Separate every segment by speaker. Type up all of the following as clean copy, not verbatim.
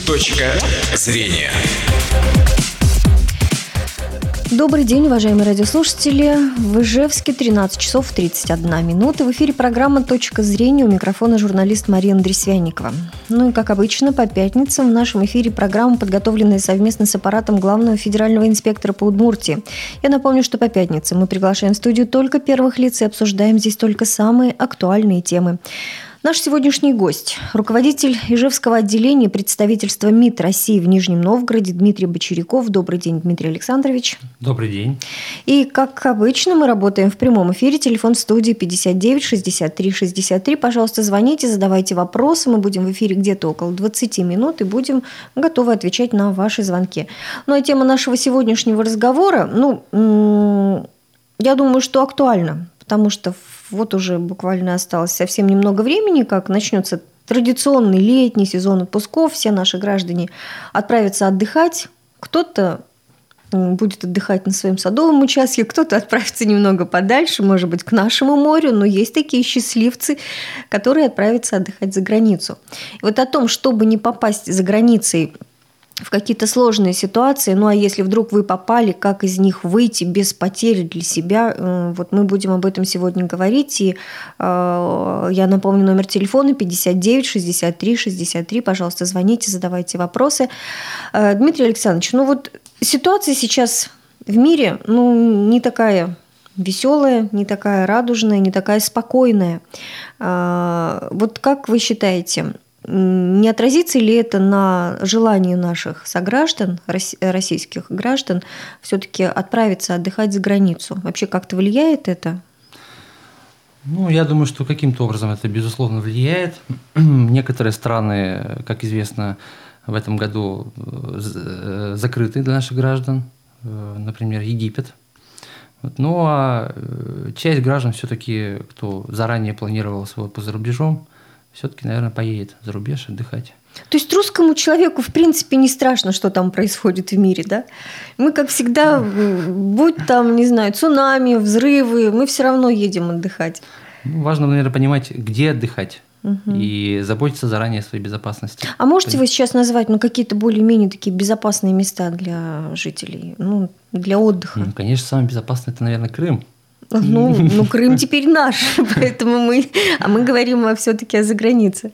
Speaker 1: Точка зрения.
Speaker 2: Добрый день, уважаемые радиослушатели. В Ижевске 13 часов 31 минута. В эфире программа «Точка зрения». У микрофона журналист Марина Дресвянникова. Ну и, как обычно, по пятницам в нашем эфире программа, подготовленная совместно с аппаратом главного федерального инспектора по Удмуртии. Я напомню, что по пятницам мы приглашаем в студию только первых лиц и обсуждаем здесь только самые актуальные темы. Наш сегодняшний гость – руководитель Ижевского отделения представительства МИД России в Нижнем Новгороде Дмитрий Бочаряков. Добрый день, Дмитрий Александрович.
Speaker 3: Добрый день.
Speaker 2: И, как обычно, мы работаем в прямом эфире. Телефон в студии 59 63 63. Пожалуйста, звоните, задавайте вопросы. Мы будем в эфире где-то около 20 минут и будем готовы отвечать на ваши звонки. Ну, а тема нашего сегодняшнего разговора, я думаю, что актуальна, потому что вот уже буквально осталось совсем немного времени, как начнется традиционный летний сезон отпусков, все наши граждане отправятся отдыхать, кто-то будет отдыхать на своем садовом участке, кто-то отправится немного подальше, может быть, к нашему морю, но есть такие счастливцы, которые отправятся отдыхать за границу. И вот о том, чтобы не попасть за границей в какие-то сложные ситуации, ну а если вдруг вы попали, как из них выйти без потери для себя, вот мы будем об этом сегодня говорить, и я напомню номер телефона 59 63 63, пожалуйста, звоните, задавайте вопросы. Дмитрий Александрович, вот ситуация сейчас в мире, не такая веселая, не такая радужная, не такая спокойная. Вот как вы считаете, не отразится ли это на желании наших сограждан, российских граждан, все-таки отправиться отдыхать за границу? Вообще как-то влияет это?
Speaker 3: Я думаю, что каким-то образом это, безусловно, влияет. Некоторые страны, как известно, в этом году закрыты для наших граждан, например, Египет. Ну, а часть граждан все-таки, кто заранее планировал свой отпуск за рубежом, все-таки, наверное, поедет за рубеж отдыхать.
Speaker 2: То есть русскому человеку, в принципе, не страшно, что там происходит в мире, да? Мы, как всегда, будь там, не знаю, цунами, взрывы, мы все равно едем отдыхать.
Speaker 3: Важно, наверное, понимать, где отдыхать и заботиться заранее о своей безопасности.
Speaker 2: А можете вы сейчас назвать какие-то более-менее такие безопасные места для жителей, для отдыха?
Speaker 3: Конечно, самое безопасное – это, наверное, Крым.
Speaker 2: Крым теперь наш, поэтому мы говорим все-таки о загранице.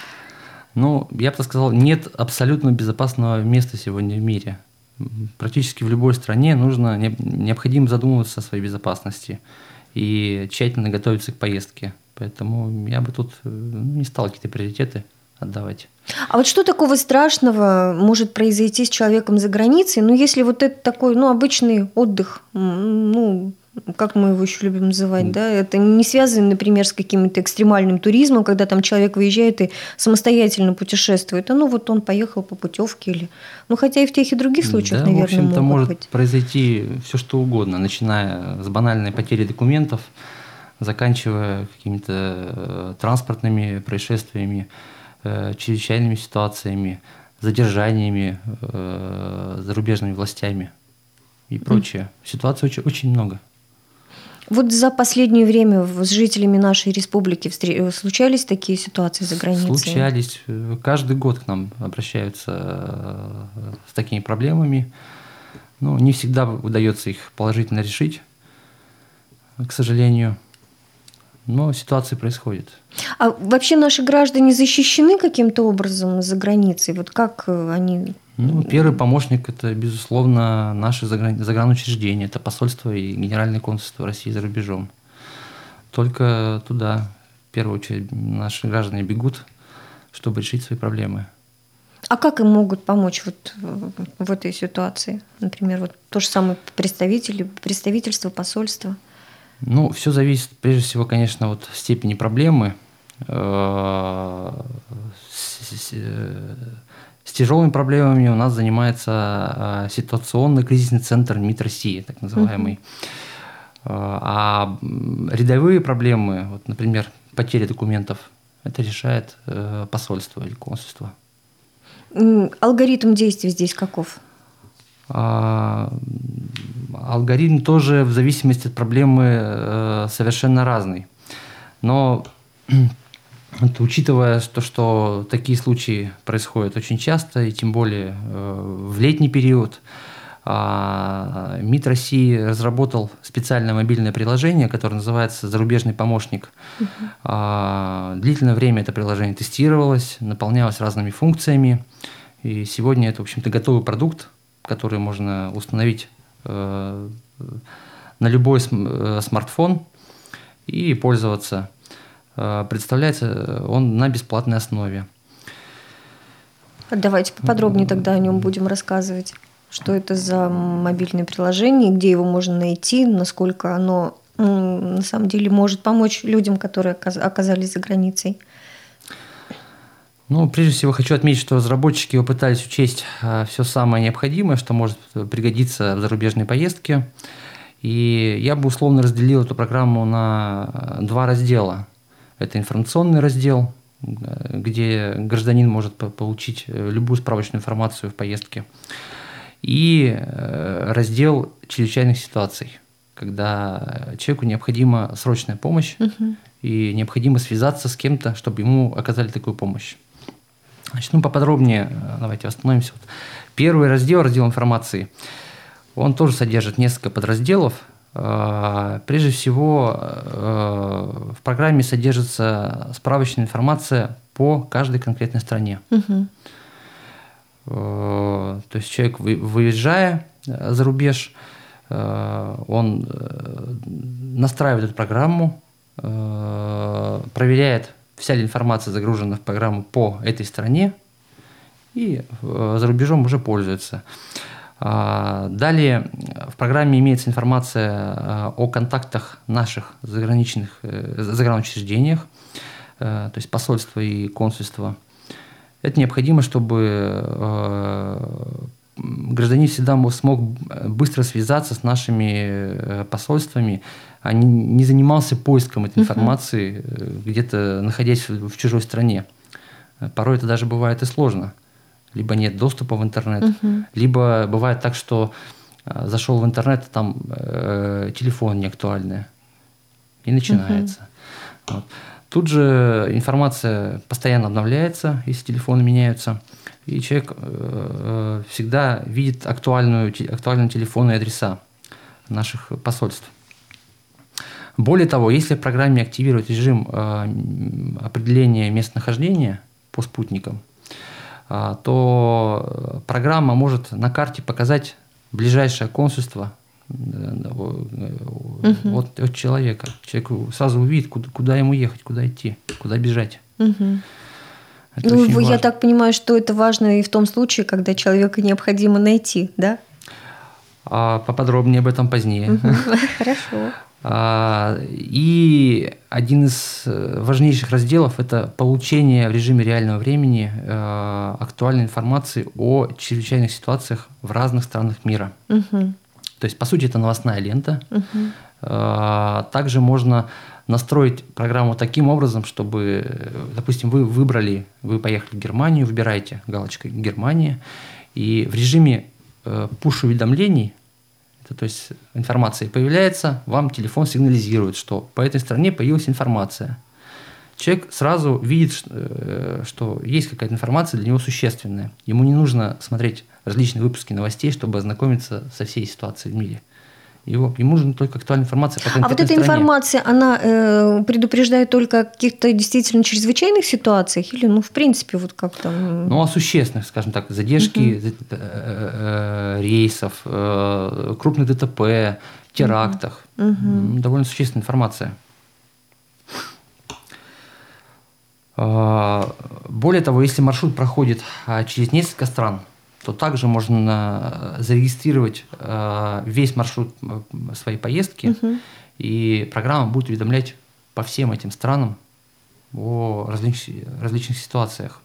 Speaker 3: Я бы сказал, нет абсолютно безопасного места сегодня в мире. Практически в любой стране необходимо задумываться о своей безопасности и тщательно готовиться к поездке. Поэтому я бы тут не стал какие-то приоритеты отдавать.
Speaker 2: А вот что такого страшного может произойти с человеком за границей? Если вот это такой, обычный отдых, как мы его еще любим называть, да, это не связано, например, с каким-то экстремальным туризмом, когда там человек выезжает и самостоятельно путешествует. Он поехал по путевке или... хотя и в тех и других случаях, наверное,
Speaker 3: в общем-то,
Speaker 2: может
Speaker 3: быть. Произойти все что угодно, начиная с банальной потери документов, заканчивая какими-то транспортными происшествиями, чрезвычайными ситуациями, задержаниями зарубежными властями и прочее. Ситуаций очень много.
Speaker 2: Вот за последнее время с жителями нашей республики случались такие ситуации за границей?
Speaker 3: Случались. Каждый год к нам обращаются с такими проблемами. Не всегда удается их положительно решить, к сожалению. Но ситуации происходят.
Speaker 2: А вообще наши граждане защищены каким-то образом за границей? Вот как они...
Speaker 3: Первый помощник – это, безусловно, наши загранучреждения, это посольство и Генеральное консульство России за рубежом. Только туда, в первую очередь, наши граждане бегут, чтобы решить свои проблемы.
Speaker 2: А как им могут помочь в этой ситуации? Например, то же самое представительство, посольство?
Speaker 3: Все зависит, прежде всего, конечно, от степени проблемы. С тяжелыми проблемами у нас занимается ситуационный кризисный центр МИД России, так называемый. А рядовые проблемы, например, потеря документов, это решает посольство или консульство.
Speaker 2: Алгоритм действий здесь каков?
Speaker 3: Алгоритм тоже в зависимости от проблемы совершенно разный. Но Учитывая то, что такие случаи происходят очень часто, и тем более в летний период, МИД России разработал специальное мобильное приложение, которое называется «Зарубежный помощник». Длительное время это приложение тестировалось, наполнялось разными функциями, и сегодня это, в общем-то, готовый продукт, который можно установить на любой смартфон и пользоваться. Представляется он на бесплатной основе.
Speaker 2: Давайте поподробнее тогда о нем будем рассказывать. Что это за мобильное приложение, где его можно найти, насколько оно на самом деле может помочь людям, которые оказались за границей?
Speaker 3: Прежде всего хочу отметить, что разработчики его пытались учесть все самое необходимое, что может пригодиться в зарубежной поездке. И я бы условно разделил эту программу на два раздела. Это информационный раздел, где гражданин может получить любую справочную информацию в поездке. И раздел чрезвычайных ситуаций, когда человеку необходима срочная помощь, и необходимо связаться с кем-то, чтобы ему оказали такую помощь. Значит, поподробнее давайте остановимся. Первый раздел, раздел информации, он тоже содержит несколько подразделов. Прежде всего, в программе содержится справочная информация по каждой конкретной стране. То есть человек, выезжая за рубеж, он настраивает эту программу, проверяет, вся ли информация загружена в программу по этой стране, и за рубежом уже пользуется. Далее в программе имеется информация о контактах наших заграничных загранучреждениях, то есть посольства и консульства. Это необходимо, чтобы гражданин всегда смог быстро связаться с нашими посольствами, а не занимался поиском этой информации, где-то находясь в чужой стране. Порой это даже бывает и сложно. Либо нет доступа в интернет, либо бывает так, что зашел в интернет, а там телефон неактуальный, и начинается. Вот. Тут же информация постоянно обновляется, если телефоны меняются, и человек всегда видит актуальные телефонные адреса наших посольств. Более того, если в программе активировать режим определения местонахождения по спутникам, то программа может на карте показать ближайшее консульство от человека. Человек сразу увидит, куда ему ехать, куда идти, куда бежать.
Speaker 2: Я так понимаю, что это важно и в том случае, когда человека необходимо найти, да?
Speaker 3: Поподробнее об этом позднее.
Speaker 2: Хорошо.
Speaker 3: И один из важнейших разделов – это получение в режиме реального времени актуальной информации о чрезвычайных ситуациях в разных странах мира. То есть, по сути, это новостная лента. Также можно настроить программу таким образом, чтобы, допустим, вы поехали в Германию, выбираете галочкой «Германия», и в режиме пуш-уведомлений, то есть информация появляется, вам телефон сигнализирует, что по этой стране появилась информация. Человек сразу видит, что есть какая-то информация для него существенная. Ему не нужно смотреть различные выпуски новостей, чтобы ознакомиться со всей ситуацией в мире. Ему нужна только актуальная информация по конкретной
Speaker 2: стране. А вот эта информация, она предупреждает только о каких-то действительно чрезвычайных ситуациях или, в принципе, вот как-то…
Speaker 3: о существенных, скажем так, задержки рейсов, крупных ДТП, терактах. Довольно существенная информация. Более того, если маршрут проходит через несколько стран, то также можно зарегистрировать весь маршрут своей поездки, и программа будет уведомлять по всем этим странам о различных ситуациях.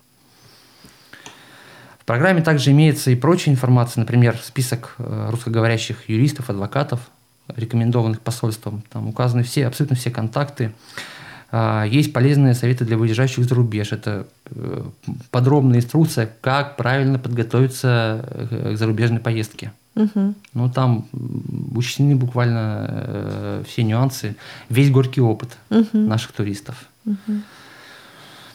Speaker 3: В программе также имеется и прочая информация, например, список русскоговорящих юристов, адвокатов, рекомендованных посольством. Там указаны абсолютно все контакты. Есть полезные советы для выезжающих за рубеж. Это подробная инструкция, как правильно подготовиться к зарубежной поездке. Там учтены буквально все нюансы, весь горький опыт наших туристов.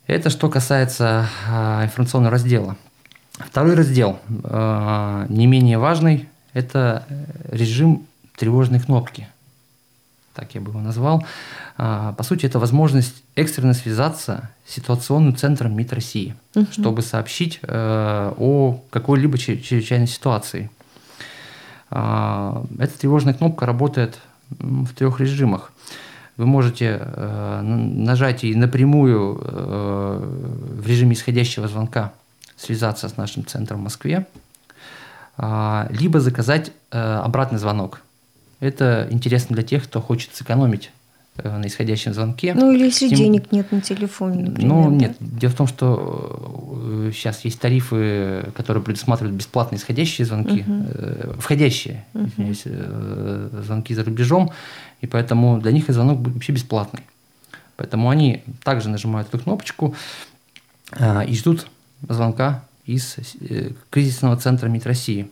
Speaker 3: Это что касается информационного раздела. Второй раздел, не менее важный, это режим тревожной кнопки. Так я бы его назвал. По сути, это возможность экстренно связаться с ситуационным центром МИД России, чтобы сообщить о какой-либо чрезвычайной ситуации. Эта тревожная кнопка работает в 3 режимах. Вы можете нажать и напрямую в режиме исходящего звонка связаться с нашим центром в Москве, либо заказать обратный звонок. Это интересно для тех, кто хочет сэкономить на исходящем звонке.
Speaker 2: Ну, или если денег нет на телефоне, например.
Speaker 3: Ну,
Speaker 2: да?
Speaker 3: нет. Дело в том, что сейчас есть тарифы, которые предусматривают бесплатные исходящие звонки, входящие, извиняюсь, звонки за рубежом, и поэтому для них и звонок будет вообще бесплатный. Поэтому они также нажимают эту кнопочку и ждут звонка из кризисного центра МИД России.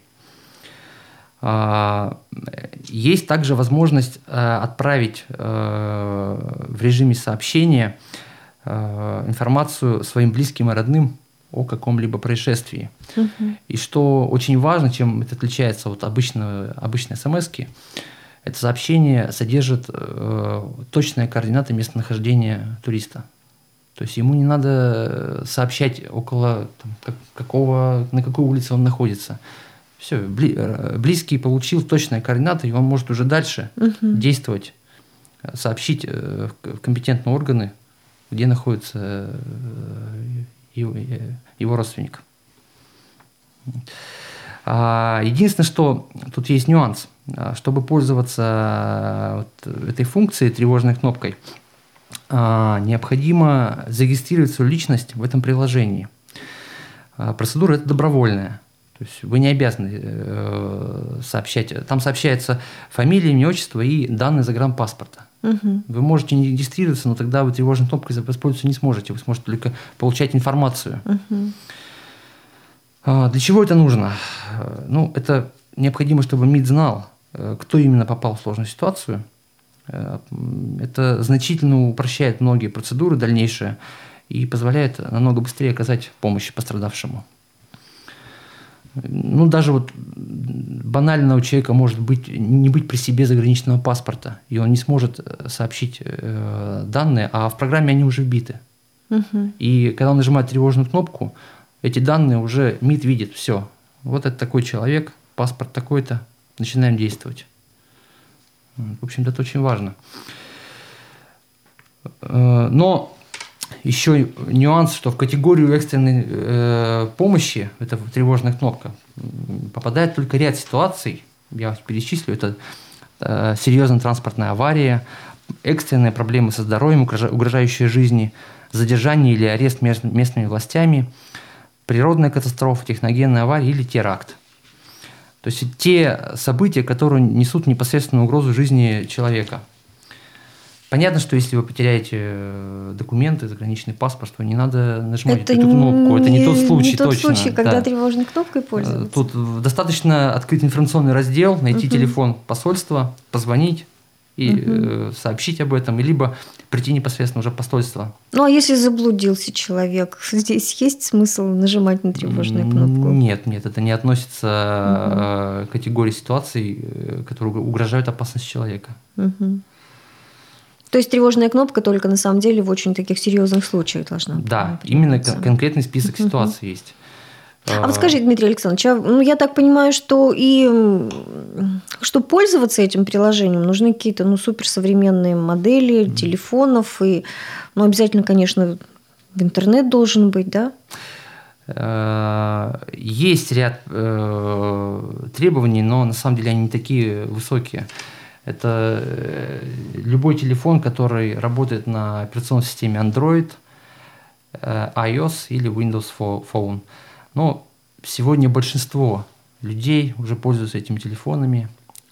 Speaker 3: Есть также возможность отправить в режиме сообщения информацию своим близким и родным о каком-либо происшествии. И что очень важно, чем это отличается от обычной смс-ки, это сообщение содержит точные координаты местонахождения туриста. То есть ему не надо сообщать на какой улице он находится. Все, близкий получил точные координаты, и он может уже дальше действовать, сообщить в компетентные органы, где находится его родственник. Единственное, что тут есть нюанс. Чтобы пользоваться этой функцией, тревожной кнопкой, необходимо зарегистрировать свою личность в этом приложении. Процедура эта добровольная. То есть вы не обязаны сообщать. Там сообщается фамилия, имя, отчество и данные загранпаспорта. Вы можете не регистрироваться, но тогда вы тревожной кнопкой воспользоваться не сможете. Вы сможете только получать информацию. Для чего это нужно? Ну, это необходимо, чтобы МИД знал, кто именно попал в сложную ситуацию. Это значительно упрощает многие процедуры дальнейшие и позволяет намного быстрее оказать помощь пострадавшему. Ну, даже вот банально у человека может не быть при себе заграничного паспорта, и он не сможет сообщить данные, а в программе они уже вбиты. И когда он нажимает тревожную кнопку, эти данные уже МИД видит. Все, вот это такой человек, паспорт такой-то, начинаем действовать. В общем-то, это очень важно. Но еще нюанс, что в категорию экстренной помощи, это тревожная кнопка, попадает только ряд ситуаций, я вас перечислю, это серьезная транспортная авария, экстренные проблемы со здоровьем, угрожающие жизни, задержание или арест местными властями, природная катастрофа, техногенная авария или теракт. То есть те события, которые несут непосредственную угрозу жизни человека. Понятно, что если вы потеряете документы, заграничный паспорт, то не надо нажимать эту кнопку. Это не тот случай, точно. Не тот случай,
Speaker 2: когда тревожной кнопкой пользоваться.
Speaker 3: Тут достаточно открыть информационный раздел, найти телефон посольства, позвонить и сообщить об этом, либо прийти непосредственно уже в посольство.
Speaker 2: Ну, а если заблудился человек, здесь есть смысл нажимать на тревожную кнопку?
Speaker 3: Нет, это не относится к категории ситуаций, которые угрожают опасности человека.
Speaker 2: То есть тревожная кнопка только на самом деле в очень таких серьезных случаях должна быть.
Speaker 3: Да, именно конкретный список ситуаций есть.
Speaker 2: А вот скажите, Дмитрий Александрович, я так понимаю, что чтобы пользоваться этим приложением, нужны какие-то суперсовременные модели телефонов, и обязательно, конечно, в интернет должен быть, да?
Speaker 3: Есть ряд требований, но на самом деле они не такие высокие. Это любой телефон, который работает на операционной системе Android, iOS или Windows Phone. Но сегодня большинство людей уже пользуются этими телефонами.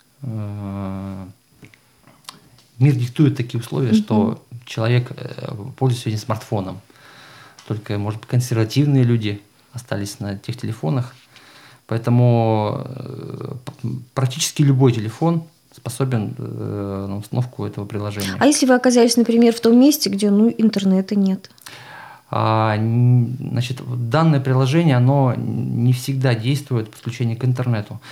Speaker 3: Мир диктует такие условия, что человек пользуется сегодня смартфоном. Только, может быть, консервативные люди остались на тех телефонах. Поэтому практически любой телефон способен на установку этого приложения.
Speaker 2: А если вы оказались, например, в том месте, где интернета нет?
Speaker 3: Значит, данное приложение, оно не всегда действует в подключении к интернету.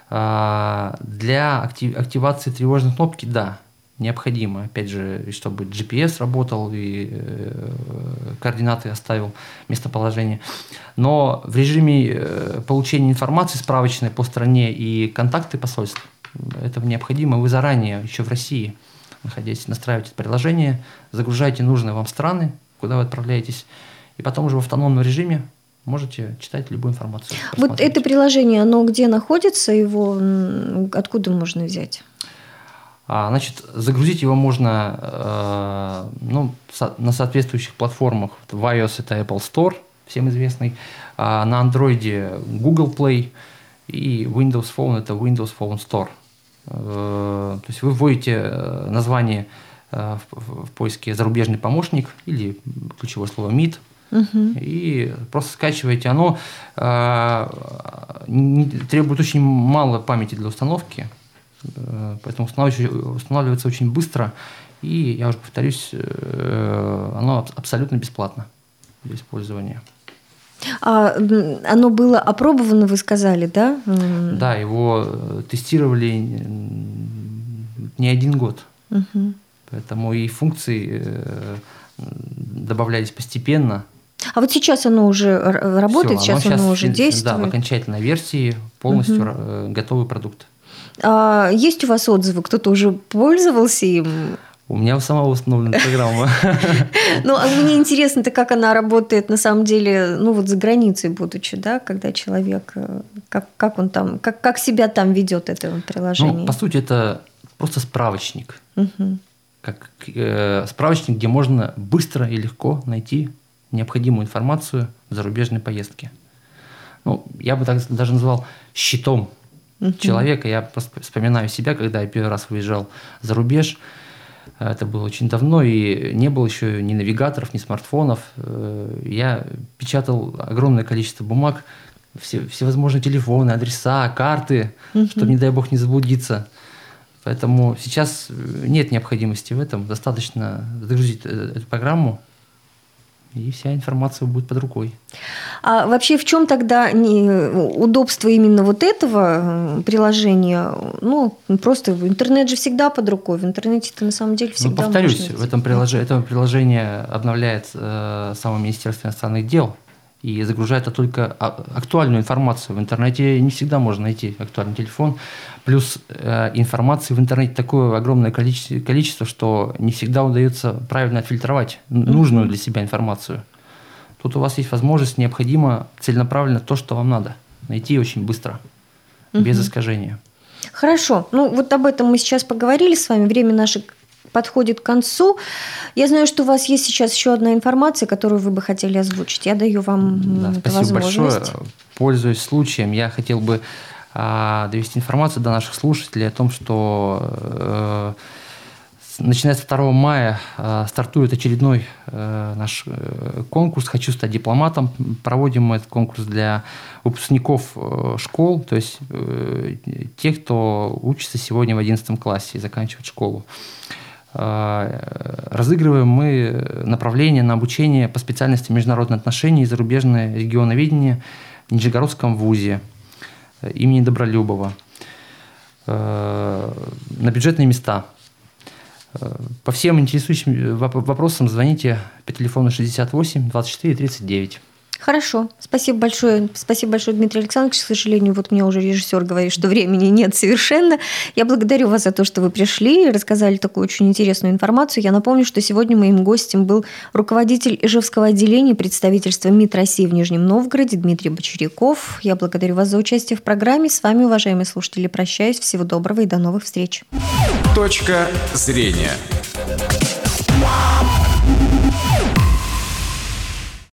Speaker 3: Для активации тревожной кнопки, да, необходимо, опять же, чтобы GPS работал и координаты оставил, местоположение. Но в режиме получения информации справочной по стране и контакты посольств, это необходимо. Вы заранее, еще в России, находясь, настраиваете приложение, загружаете нужные вам страны, куда вы отправляетесь, и потом уже в автономном режиме можете читать любую информацию.
Speaker 2: Вот это приложение, оно где находится, его откуда можно взять?
Speaker 3: Значит, загрузить его можно на соответствующих платформах. В iOS это Apple Store, всем известный, на Android Google Play и Windows Phone это Windows Phone Store. То есть вы вводите название в поиске «зарубежный помощник» или ключевое слово «МИД», и просто скачиваете. Оно требует очень мало памяти для установки, поэтому устанавливается очень быстро, и, я уже повторюсь, оно абсолютно бесплатно для использования.
Speaker 2: Оно было опробовано, вы сказали, да?
Speaker 3: Да, его тестировали не один год. Поэтому и функции добавлялись постепенно.
Speaker 2: А вот сейчас оно уже работает, сейчас оно уже действует?
Speaker 3: Да, в окончательной версии полностью готовый продукт.
Speaker 2: Есть у вас отзывы? Кто-то уже пользовался им?
Speaker 3: У меня у самого установлена программа.
Speaker 2: Ну, а мне интересно, как она работает на самом деле, ну вот за границей будучи, да, когда человек, как он там, как себя там ведет это приложение?
Speaker 3: Ну, по сути, это просто справочник. Как справочник, где можно быстро и легко найти необходимую информацию в зарубежной поездке. Ну, я бы так даже назвал щитом человека. Я просто вспоминаю себя, когда я первый раз выезжал за рубеж. Это было очень давно, и не было еще ни навигаторов, ни смартфонов. Я печатал огромное количество бумаг, всевозможные телефоны, адреса, карты, чтобы, не дай бог, не заблудиться. Поэтому сейчас нет необходимости в этом. Достаточно загрузить эту программу, и вся информация будет под рукой.
Speaker 2: А вообще в чем тогда удобство именно вот этого приложения? Ну, просто интернет же всегда под рукой. В интернете-то на самом деле всегда можно.
Speaker 3: Повторюсь, это приложение обновляет само Министерство иностранных дел и загружает только актуальную информацию. В интернете не всегда можно найти актуальный телефон. Плюс информации в интернете такое огромное количество, что не всегда удается правильно отфильтровать нужную для себя информацию. Тут у вас есть возможность, необходимо целенаправленно то, что вам надо, найти очень быстро, без искажения.
Speaker 2: Хорошо. Ну, вот об этом мы сейчас поговорили с вами. Время наше подходит к концу. Я знаю, что у вас есть сейчас еще одна информация, которую вы бы хотели озвучить. Я даю вам эту
Speaker 3: спасибо
Speaker 2: возможность.
Speaker 3: Большое. Пользуясь случаем, я хотел бы довести информацию до наших слушателей о том, что начиная с 2 мая стартует очередной наш конкурс «Хочу стать дипломатом». Проводим мы этот конкурс для выпускников школ, то есть тех, кто учится сегодня в 11 классе и заканчивает школу. Разыгрываем мы направление на обучение по специальности международные отношения и зарубежное регионоведение в Нижегородском вузе имени Добролюбова на бюджетные места. По всем интересующим вопросам звоните по телефону 68 24 39.
Speaker 2: Хорошо. Спасибо большое. Спасибо большое, Дмитрий Александрович. К сожалению, вот мне уже режиссер говорит, что времени нет совершенно. Я благодарю вас за то, что вы пришли и рассказали такую очень интересную информацию. Я напомню, что сегодня моим гостем был руководитель Ижевского отделения представительства МИД России в Нижнем Новгороде Дмитрий Бочеряков. Я благодарю вас за участие в программе. С вами, уважаемые слушатели, прощаюсь. Всего доброго и до новых встреч.
Speaker 1: Точка зрения.